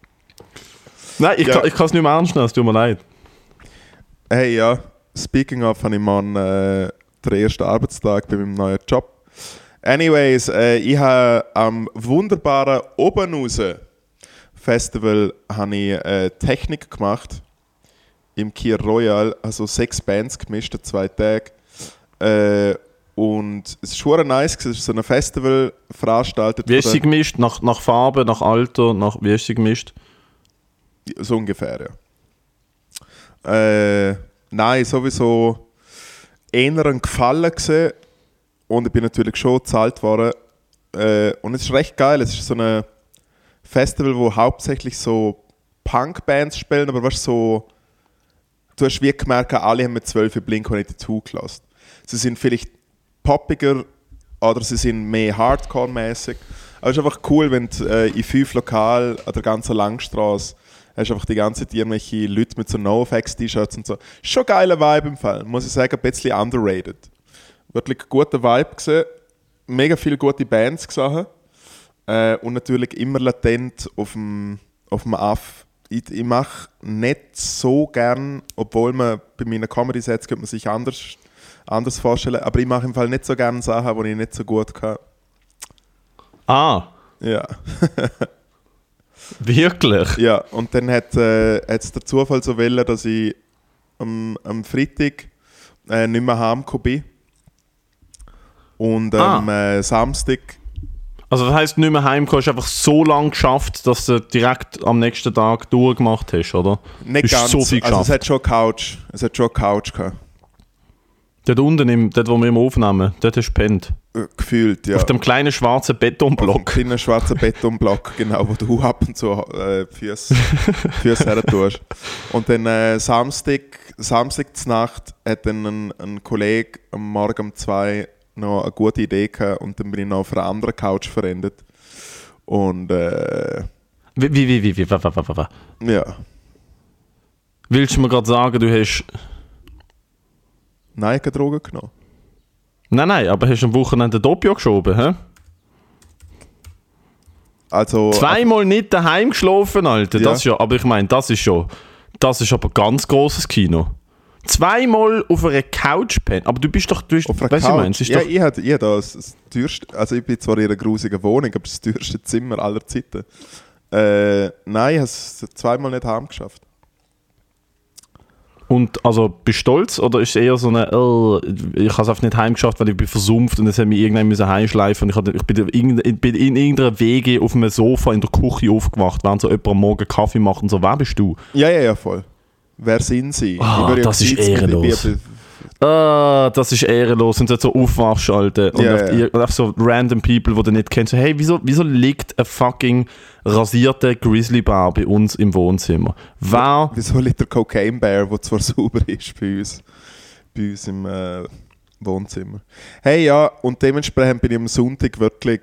Nein, ich kann es nicht mehr ernst nehmen, es tut mir leid. Hey, ja. Speaking of, habe ich mal den ersten Arbeitstag bei meinem neuen Job. Anyways, ich habe am wunderbaren Obenraus Festival habe ich Technik gemacht. Im Kier Royal, also 6 Bands gemischt in 2 Tagen. Und es war schon nice, es ist so ein Festival veranstaltet. Wie ist sie gemischt? Nach Farbe, nach Alter, wie ist sie gemischt? So ungefähr, ja. Nein, sowieso eher ein Gefallen gesehen, Und ich bin natürlich schon gezahlt worden. Und es ist recht geil. Es ist so ein Festival, wo hauptsächlich so Punk-Bands spielen, aber weißt so, du hast wie gemerkt, alle haben mit 12 Blink-182 gelassen. Sie sind vielleicht poppiger oder sie sind mehr Hardcore-mäßig. Aber es ist einfach cool, wenn du in 5 Lokalen an der ganzen Langstrasse hast einfach die ganze Zeit irgendwelche Leute mit so NoFX-T-Shirts und so. Schon ein geiler Vibe im Fall, muss ich sagen, ein bisschen underrated. Wirklich ein guter Vibe gesehen, mega viele gute Bands gesehen und natürlich immer latent auf dem Aff. Ich mache nicht so gern, obwohl man bei meinen Comedy-Sets könnte man sich anders vorstellen, aber ich mache im Fall nicht so gerne Sachen, die ich nicht so gut kann. Ah. Ja. Wirklich? Ja, und dann hat es der Zufall so wollen, dass ich am Freitag nicht mehr heimgekommen bin. Und am Samstag... Also das heisst, nicht mehr heimgekommen, hast du einfach so lange geschafft, dass du direkt am nächsten Tag durchgemacht hast, oder? Nicht ganz, so viel geschafft. Also es hat schon Couch gehabt. Dort unten, dort wo wir immer aufnehmen, dort hast du gepennt. Gefühlt, ja. Auf dem kleinen schwarzen Betonblock. Auf dem kleinen schwarzen Betonblock, genau, wo du ab und zu Füße her tust. Und dann Samstag zur Nacht hat dann ein Kollege am Morgen um 2 noch eine gute Idee gehabt und dann bin ich noch auf einer anderen Couch verendet. Und Wie? ja. Willst du mir gerade sagen, du hast... Nein, keine Drogen genommen. Nein, aber hast du am Wochenende Doppio geschoben, hä? Also... Zweimal nicht daheim geschlafen, Alter. Ja. Das ist ja, aber ich meine, das ist aber ganz grosses Kino. Zweimal auf einer Couch pennen. Aber du bist doch... Auf einer Couch? Ja, ich habe das teuerste... Also ich bin zwar in einer grusigen Wohnung, aber das teuerste Zimmer aller Zeiten. Nein, ich habe es zweimal nicht heim geschafft. Und also bist du stolz oder ist es eher so eine ich habe es einfach nicht heimgeschafft, weil ich bin versumpft und es hat mich irgendwann heimschleifen und ich bin in irgendeiner Wege auf einem Sofa in der Küche aufgewacht, während so jemand am Morgen Kaffee macht und so. Wer bist du? Ja, voll. Wer sind sie? Das ist ehrenlos. Das ist ehrenlos. Und so aufwachst, Alter. Und auf so random people, die du nicht kennst. So, hey, wieso liegt ein fucking rasierter Grizzly-Bär bei uns im Wohnzimmer? Wieso liegt der Cocaine-Bär, der zwar sauber ist bei uns im Wohnzimmer? Hey, ja, und dementsprechend bin ich am Sonntag wirklich...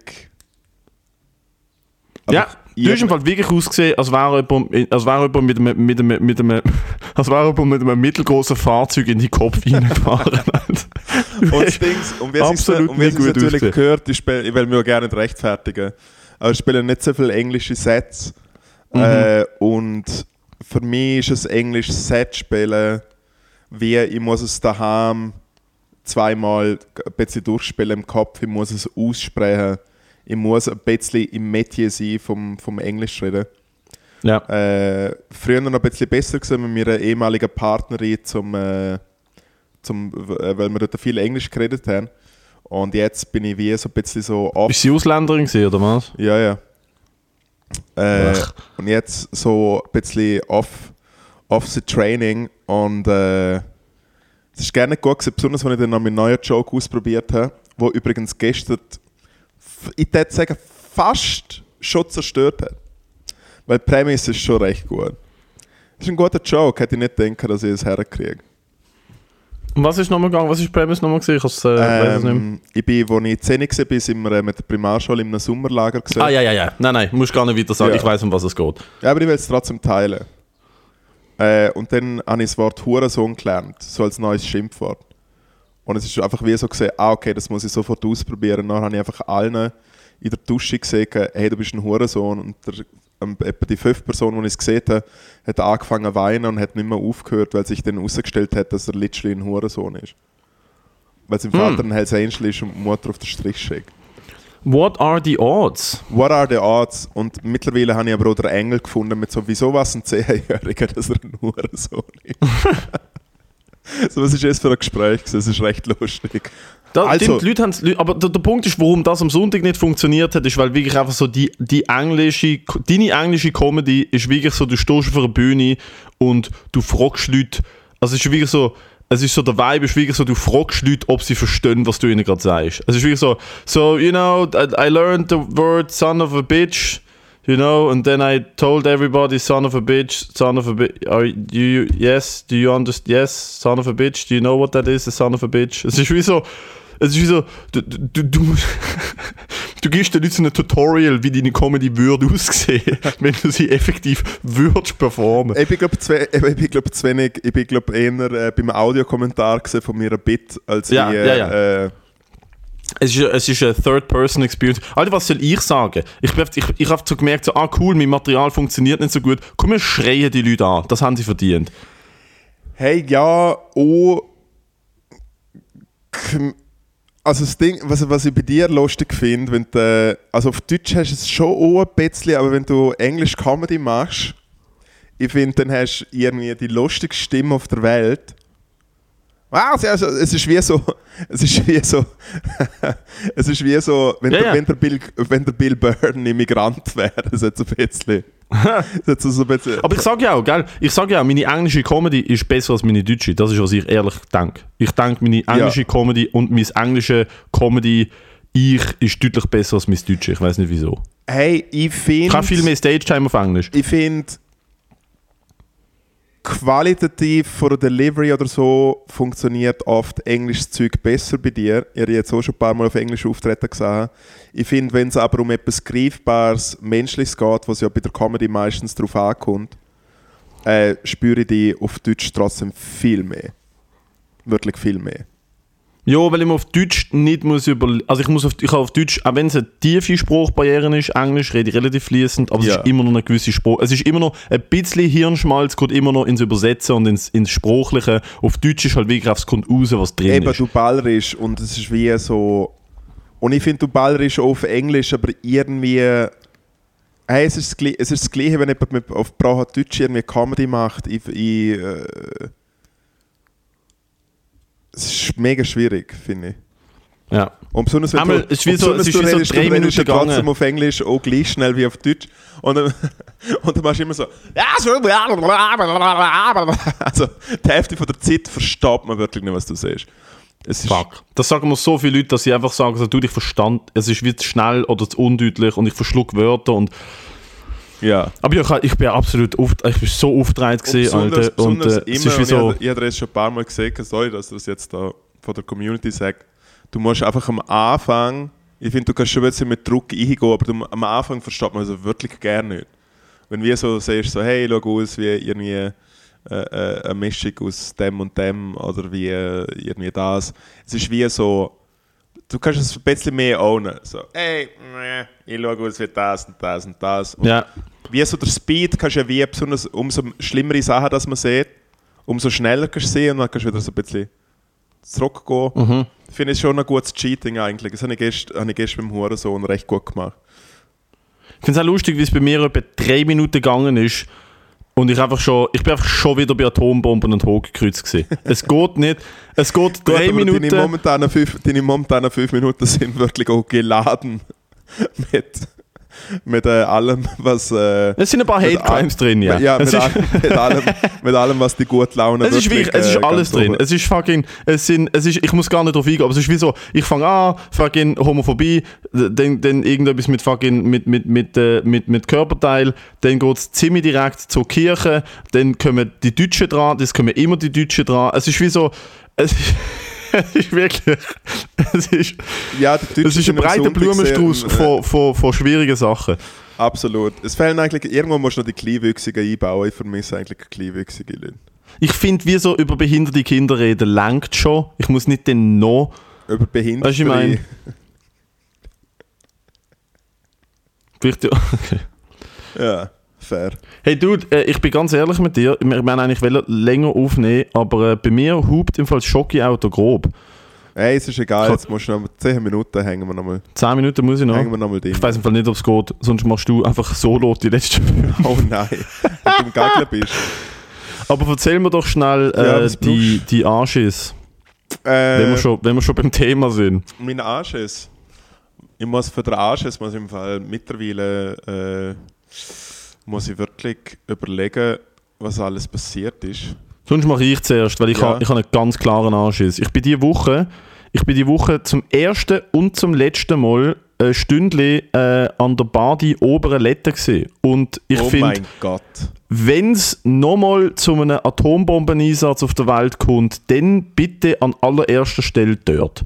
Ja, du hast im Fall wirklich ausgesehen, als wäre jemand mit einem mittelgroßen Fahrzeug in die Kopf reingefahren. Und wie es natürlich gehört, ich will mich auch gerne nicht rechtfertigen, aber ich spiele nicht so viele englische Sets. Und für mich ist ein englisches Set spielen, wie ich muss es daheim zweimal ein bisschen durchspielen im Kopf, ich muss es aussprechen. Ich muss ein bisschen im Metier sein vom Englisch reden. Ja. Früher noch ein bisschen besser gewesen mit meiner ehemaligen Partnerin, weil wir dort viel Englisch geredet haben. Und jetzt bin ich wie so ein bisschen so off. Bist du Ausländerin gewesen, oder was? Ja. Und jetzt so ein bisschen off the training. Und es ist gerne nicht gut gewesen, besonders wenn ich dann noch meinen neuen Joke ausprobiert habe, wo übrigens gestern, ich würde sagen, fast schon zerstört hat. Weil die Prämisse ist schon recht gut. Das ist ein guter Joke, hätte ich nicht gedacht, dass ich es herkriege. Und was ist nochmal gegangen? Was ist die Prämisse nochmal gewesen? Weiß es nicht mehr. Ich bin, als ich 10 war, sind wir mit der Primarschule in einem Sommerlager gesehen. Ah, ja. Nein, musst gar nicht weiter sagen. Ja. Ich weiss, um was es geht. Ja, aber ich will es trotzdem teilen. Und dann habe ich das Wort Hurensohn gelernt, so als neues Schimpfwort. Und es ist einfach wie so gesehen, okay, das muss ich sofort ausprobieren. Dann habe ich einfach allen in der Dusche gesehen, hey, du bist ein Hurensohn. Und etwa die 5 Person, die ich es gesehen habe, hat angefangen zu weinen und hat nicht mehr aufgehört, weil sich dann herausgestellt hat, dass er literally ein Hurensohn ist. Weil sein Vater ein Hells Angel ist und die Mutter auf den Strich schickt. What are the odds? What are the odds? Und mittlerweile habe ich aber auch den Engel gefunden mit so, wieso was ein 10-Jähriger, dass er ein Hurensohn ist. So, was ist das für ein Gespräch? Das ist recht lustig. Also, die Leute aber der Punkt ist, warum das am Sonntag nicht funktioniert hat, ist, weil wirklich einfach so deine englische Comedy ist wirklich so, du stehst auf einer Bühne und du fragst Leute, also es ist wirklich so, es ist so, der Vibe ist wirklich so, du fragst Leute, ob sie verstehen, was du ihnen gerade sagst. Es ist wirklich so, you know, I learned the word son of a bitch, you know, and then I told everybody son of a bitch, do you understand, yes, son of a bitch, do you know what that is, a son of a bitch? Es ist wie so, du gibst den Leuten ein Tutorial, wie deine Comedy würde aussehen, wenn du sie effektiv würdest performen. Ich bin eher beim Audiokommentar von mir ein Bit, als Es ist eine Third-Person-Experience. Alter, was soll ich sagen? Ich habe so gemerkt, so, cool, mein Material funktioniert nicht so gut. Komm, wir schreien die Leute an. Das haben sie verdient. Hey, ja, also das Ding, was ich bei dir lustig finde, wenn du, also auf Deutsch hast du es schon auch ein bisschen, aber wenn du Englisch-Comedy machst, ich finde, dann hast du irgendwie die lustigste Stimme auf der Welt. Also, es ist wie so, wenn der Bill Burr ein Immigrant wäre, das ist so ein bisschen. Aber ich sage ja auch, gell? Meine englische Comedy ist besser als meine deutsche. Das ist, was ich ehrlich denke. Ich denke, meine englische Comedy und mein englische Comedy ist deutlich besser als mein deutsche. Ich weiß nicht wieso. Hey, ich habe viel mehr Stage-Time auf Englisch. Ich finde, qualitativ von der Delivery oder so funktioniert oft englisches Zeug besser bei dir. Ich habe jetzt auch schon ein paar Mal auf Englisch Auftreten gesehen. Ich finde, wenn es aber um etwas Greifbares, Menschliches geht, was ja bei der Comedy meistens darauf ankommt, spüre ich die auf Deutsch trotzdem viel mehr. Wirklich viel mehr. Ja, weil ich mir auf Deutsch nicht muss also ich habe auf Deutsch, auch wenn es eine tiefe Spruchbarriere ist, Englisch rede ich relativ fließend, aber es ist immer noch eine gewisse Spruch. Es ist immer noch ein bisschen Hirnschmalz, geht immer noch ins Übersetzen und ins Sprachliche. Auf Deutsch ist halt wirklich, es kommt raus, was drin ist. Eben, du ballerisch und es ist wie so. Und ich finde, du ballerisch auf Englisch, aber irgendwie. Hey, es ist das Gleiche, wenn jemand auf Deutsch irgendwie Comedy macht. Es ist mega schwierig, finde ich. Ja. Und besonders wenn du redest, so 3 Minuten gegangen. Trotzdem auf Englisch auch gleich schnell wie auf Deutsch. Und dann machst du immer so. Also die Hälfte von der Zeit versteht man wirklich nicht, was du sagst. Fuck. Das sagen mir so viele Leute, dass sie einfach sagen, so, du, ich verstand, es ist wie zu schnell oder zu undeutlich und ich verschluck Wörter und ja. Aber ich bin absolut ich bin so aufgedreht gewesen, Alter. Und es ist wie so. Ich habe das schon ein paar Mal gesehen, sorry, dass das jetzt da von der Community sagt. Du musst einfach am Anfang, ich finde, du kannst schon ein bisschen mit Druck eingehen, aber am Anfang versteht man es wirklich gerne nicht. Wenn wir so sagst, so, hey, schau aus wie irgendwie eine Mischung aus dem und dem oder wie irgendwie das. Es ist wie so, du kannst es ein bisschen mehr ownen. So, hey, ich schaue aus wie das und das und das. Und ja. Wie so der Speed kannst du ja wie besonders, umso schlimmere Sachen, dass man sieht, umso schneller kannst du sehen und dann kannst du wieder so ein bisschen zurückgehen. Mhm. Ich finde es schon ein gutes Cheating eigentlich. Das habe ich gestern beim Hurensohn recht gut gemacht. Ich finde es auch lustig, wie es bei mir etwa 3 Minuten gegangen ist und ich bin einfach schon wieder bei Atombomben und Hochkreuz gewesen. Es geht nicht. Es geht 3 Minuten. Deine momentanen 5 Minuten sind wirklich auch geladen mit allem, was. Es sind ein paar Hate-Crimes drin, ja. Ja, mit allem, was die gute Laune es ist wirklich, es ist alles drin. Es ist fucking. Ich muss gar nicht drauf eingehen, aber es ist wie so, ich fange an, fucking Homophobie, dann irgendetwas mit fucking mit Körperteil, dann geht es ziemlich direkt zur Kirche, dann kommen die Deutschen dran, das kommen immer die Deutschen dran. Es ist wie so. Es ist wirklich. Es ist ein breiter Blumenstrauß von schwierigen Sachen. Absolut. Es fehlen eigentlich. Irgendwo musst du noch die Kleinwüchsigen einbauen. Ich vermisse eigentlich kleinwüchsige Leute. Ich finde, wie so über behinderte Kinder reden, langt schon. Ich muss nicht dann noch. Über behinderte. Weißt du, ich meine. Vielleicht ja. Okay. Ja. Fair. Hey Dude, ich bin ganz ehrlich mit dir, wir wollen eigentlich länger aufnehmen, aber bei mir hupt im Fall das Schoki-Auto grob. Hey, es ist egal, jetzt musst du noch 10 Minuten hängen wir nochmal. 10 Minuten muss ich noch? Hängen wir nochmal drin. Ich weiss im Fall nicht, ob es geht, sonst machst du einfach solo die letzten 5 Minuten. Oh nein, wenn du im Gaggeln bist. Aber erzähl mir doch schnell die Anschiss, wenn wir schon beim Thema sind. Mein Anschiss? Für den Anschiss muss ich im Fall mittlerweile... muss ich wirklich überlegen, was alles passiert ist. Sonst mache ich zuerst, weil ich habe einen ganz klaren Anschiss. Ich bin diese Woche zum ersten und zum letzten Mal ein Stündchen an der Badi oberen Lette gesehen. Und ich finde, wenn es nochmal zu einem Atombombeneinsatz auf der Welt kommt, dann bitte an allererster Stelle dort.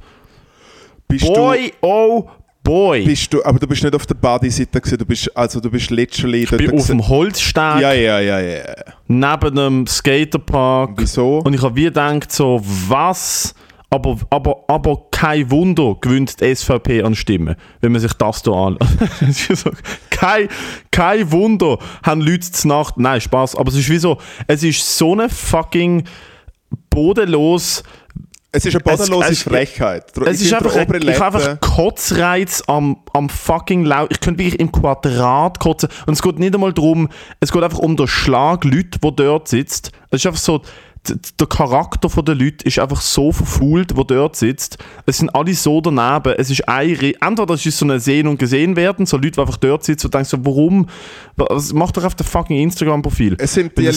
Boy! Aber du bist nicht auf der Badi-Seite gewesen, du bist literally... Ich bin auf dem Holzsteg. Ja. Neben einem Skaterpark. Wieso? Und ich habe wie gedacht so, was... Aber kein Wunder gewinnt die SVP an Stimmen, wenn man sich das hier anschaut. kein Wunder haben Leute zur Nacht... Nein, Spaß. Aber es ist wie so... Es ist so eine fucking bodenlos... Es ist eine bodenlose Frechheit. Es ist einfach ein Kotzreiz am fucking Laut. Ich könnte wirklich im Quadrat kotzen. Und es geht nicht einmal darum, es geht einfach um den Schlag Leute, die dort sitzt. Es ist einfach so, der Charakter der Leute ist einfach so verfault, der dort sitzt. Es sind alle so daneben. Es ist entweder das ist so ein Sehen und Gesehen werden, so Leute, die einfach dort sitzen und denken so, warum? Mach doch auf das fucking Instagram-Profil. Es sind die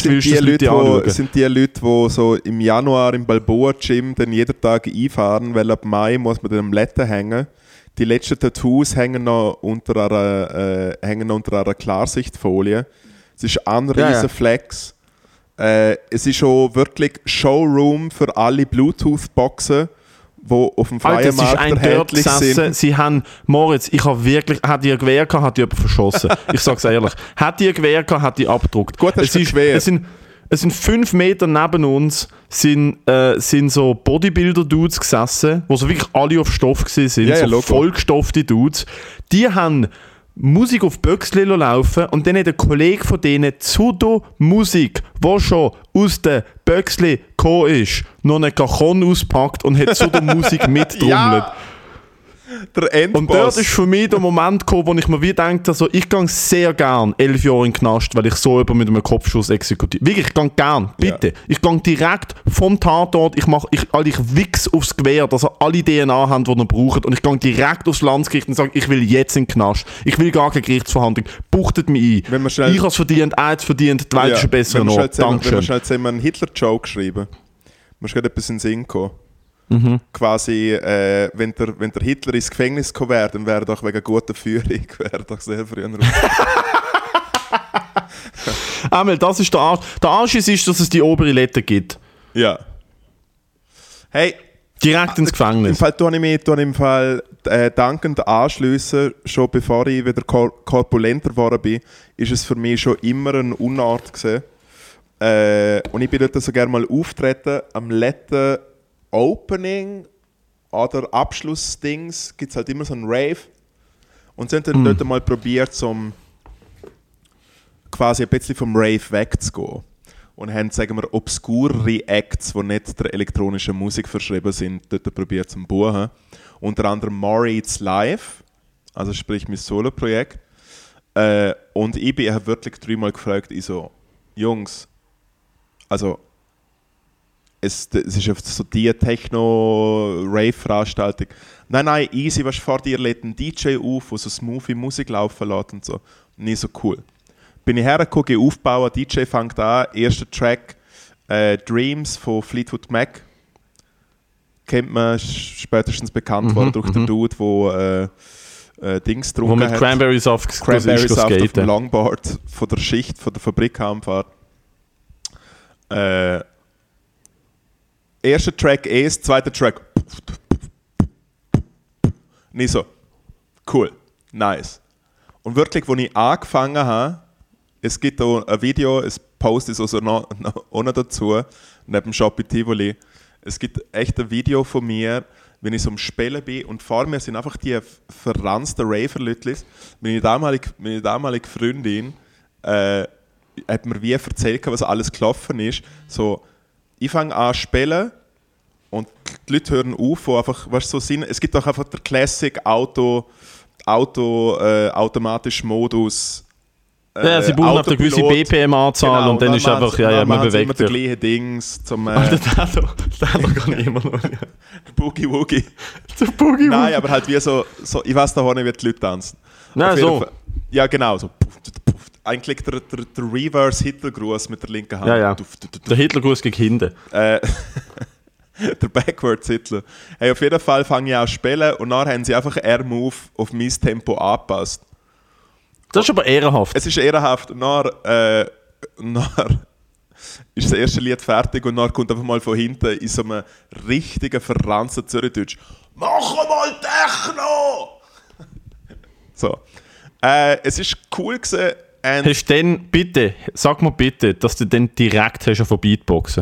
Leute, die so im Januar im Balboa-Gym dann jeden Tag einfahren, weil ab Mai muss man dann am Letten hängen. Die letzten Tattoos hängen noch unter einer Klarsichtfolie. Es ist ein riesen Flex. Es ist schon wirklich Showroom für alle Bluetooth-Boxen, die auf dem freien Markt erhältlich sind. Sie haben, Moritz, ich habe wirklich, hätte ich ein Gewehr gehabt, hätte ich jemanden verschossen. Ich sage es ehrlich. Hätte ich ein Gewehr gehabt, hätte ich abgedruckt. Gut, es sind 5 Meter neben uns sind so Bodybuilder-Dudes gesessen, wo so wirklich alle auf Stoff waren, so vollgestopfte Dudes. Die haben Musik auf Böxli laufen und dann hat ein Kollege von denen zu der Musik, die schon aus den Böxli gekommen ist, noch einen Cajon auspackt und hat zu der Musik mittrommelt. Der Endboss. Und dort ist für mich der Moment gekommen, wo ich mir wie denke, also ich gehe sehr gern 11 Jahre in den Knast, weil ich so jemanden mit einem Kopfschuss exekutiere. Wirklich, ich gehe gern, bitte. Ja. Ich gehe direkt vom Tatort, ich wichs aufs Gewehr, dass er alle DNA haben, die er braucht, und ich gehe direkt aufs Landesgericht und sage, ich will jetzt in den Knast. Ich will gar keine Gerichtsverhandlung. Buchtet mich ein. Ich habe es verdient, er hat es verdient, die Welt ist ein besserer Ort. Dankeschön. Wenn wir schnell zusammen einen Hitler-Joke geschrieben, musst du gerade etwas in den Sinn kommen. Quasi, wenn der Hitler ins Gefängnis gekommen wäre, dann wäre er doch wegen guter Führung, wäre doch sehr früher Einmal, das ist der Arsch. Der Arsch ist, dass es die obere Lette gibt. Ja. Hey. Direkt ins Gefängnis. Im Fall tue ich mich dankend anschliessen, schon bevor ich wieder korpulenter geworden bin, ist es für mich schon immer eine Unart gewesen. Und ich bin dort so gerne mal auftreten am letzten Opening oder Abschlussdings gibt es halt immer so einen Rave. Und sie haben dann dort mal probiert, quasi ein bisschen vom Rave wegzugehen. Und haben, sagen wir, obskurere Acts, die nicht der elektronischen Musik verschrieben sind, dort probiert zu buchen. Unter anderem Maury It's Live, also sprich mein Solo-Projekt. Und ich habe wirklich 3-mal gefragt, ich so, Jungs, also es ist einfach so die Techno-Rave-Veranstaltung. Nein, easy, was vor dir lädt ein DJ auf, der so smoothie Musik laufen lässt und so. Nicht so cool. Bin ich hergekommen, aufbauen, DJ fängt an, erster Track, Dreams von Fleetwood Mac. Kennt man, spätestens bekannt worden durch den Dude, der Dings getrunken hat. Wo mit Cranberry-Saft auf dem Longboard von der Schicht, von der Fabrik heimfahrt. Erster Track zweiter Track. Nicht so. Cool. Nice. Und wirklich, als ich angefangen habe, es gibt auch ein Video, es postet also noch dazu, neben Shopee Tivoli. Es gibt echt ein Video von mir, wenn ich so am Spielen bin und vor mir sind einfach die verranzten Raver-Lütlis. Meine damalige Freundin hat mir wie erzählt, was alles gelaufen ist. So, ich fange an zu spielen und die Leute hören auf, wo einfach, weißt, so sind. Es gibt auch einfach den Classic automatischen Modus. Ja, sie brauchen auf eine gewisse BPM-Anzahl, genau, und dann ist einfach, man bewegt sich. Immer die gleichen Dings zum... Der hat doch gar nicht immer noch. Der Boogie-Woogie. Der Boogie-Woogie. Nein, aber halt wie so ich weiß da nicht, wie die Leute tanzen. Nein, so. Ja, genau, so. eigentlich der Reverse-Hitlergruß mit der linken Hand. Ja. Der Hitlergruß gegen hinten. Der Backwards-Hitler. Hey, auf jeden Fall fange ich an zu spielen und dann haben sie einfach R-Move auf mein Tempo angepasst. Das ist aber ehrenhaft. Es ist ehrenhaft. Und dann ist das erste Lied fertig und dann kommt einfach mal von hinten in so einem richtigen verranzten Zürichdeutsch «Mach mal Techno!» So. Es ist cool gewesen. Hast du dann, bitte, sag mir bitte, dass du dann direkt hast von Beatboxen.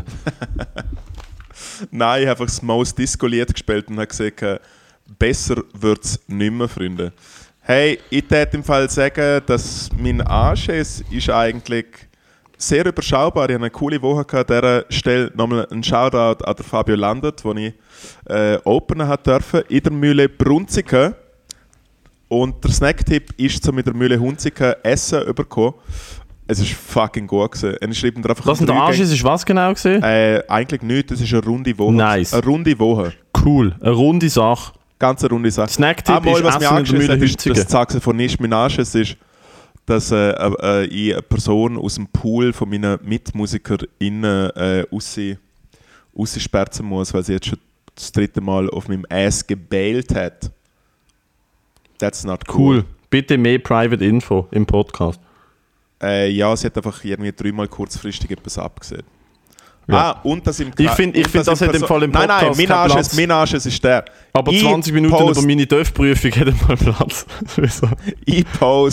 Nein, ich habe einfach das Maus Disco-Lied gespielt und habe gesagt, besser wird es nicht mehr, Freunde. Hey, ich würde im Fall sagen, dass mein Anschiss ist eigentlich sehr überschaubar. Ich hatte eine coole Woche an dieser Stelle. Nochmal ein Shoutout an Fabio Landert, wo ich openen durfte in der Mühle Brunzigen. Und der Snacktipp ist so mit der Mühle Hunziken Essen bekommen. Es war fucking gut gewesen. Er schreibt mir einfach was in der Anschiss ist was genau gewesen? Eigentlich nichts, das ist eine runde Woche. Nice. Eine runde Woche. Cool, eine runde Sache. Ganz eine runde Sache. Snacktipp ist was Essen in der Mühle Hunziken. Das Saxophonist mein Anschiss ist, dass ich eine Person aus dem Pool von meinen MitmusikerInnen raussperzen muss, weil sie jetzt schon das 3. Mal auf meinem Ass gebailt hat. That's not cool. Bitte mehr Private Info im Podcast. Ja, sie hat einfach irgendwie 3 Mal kurzfristig etwas abgesehen. Ja. Und das im Ich finde, das hat im Fall im Podcast Nein, mein Anschiss ist der. Aber 20 Minuten über meine TÜV-Prüfung hat mal Platz. Ich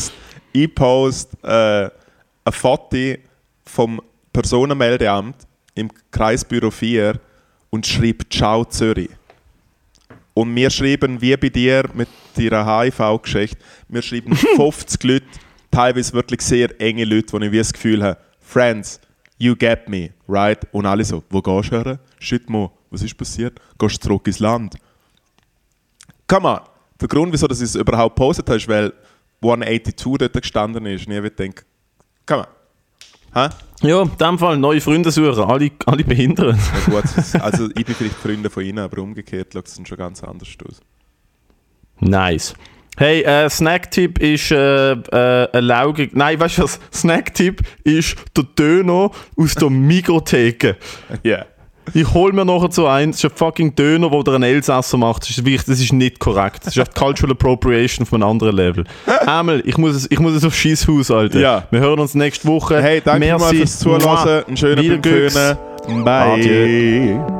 post ein Foto vom Personenmeldeamt im Kreisbüro 4 und schreibe «Ciao Zürich». Und wir schreiben, wie bei dir mit deiner HIV-Geschichte, wir schreiben 50 Leute, teilweise wirklich sehr enge Leute, wo ich wie das Gefühl habe, «Friends, you get me, right?» Und alle so, «Wo gehst du her? Shit, Mo, was ist passiert? Gehst du zurück ins Land?» Come on! Der Grund, wieso ich es überhaupt gepostet habe, ist, weil 182 dort gestanden ist. Und ich denke, come on. Hä? Ja, in dem Fall neue Freunde suchen, alle behindern. Ja, gut, also ich bin vielleicht Freunde von ihnen, aber umgekehrt sieht es schon ganz anders aus. Nice. Hey, Snacktipp ist eine Lauge. Nein, weißt du was? Snacktipp ist der Döner aus der Migrotheke. Ja. Yeah. Ich hole mir nachher so einen, das ist ein fucking Döner, wo der einen Elsasser macht. Das ist nicht korrekt. Das ist echt Cultural Appropriation von einem anderen Level. Emil, ich muss es auf Scheisshaus, Alter. Ja. Wir hören uns nächste Woche. Hey, danke mal fürs Zuhören. Einen schönen Bye. Adieu.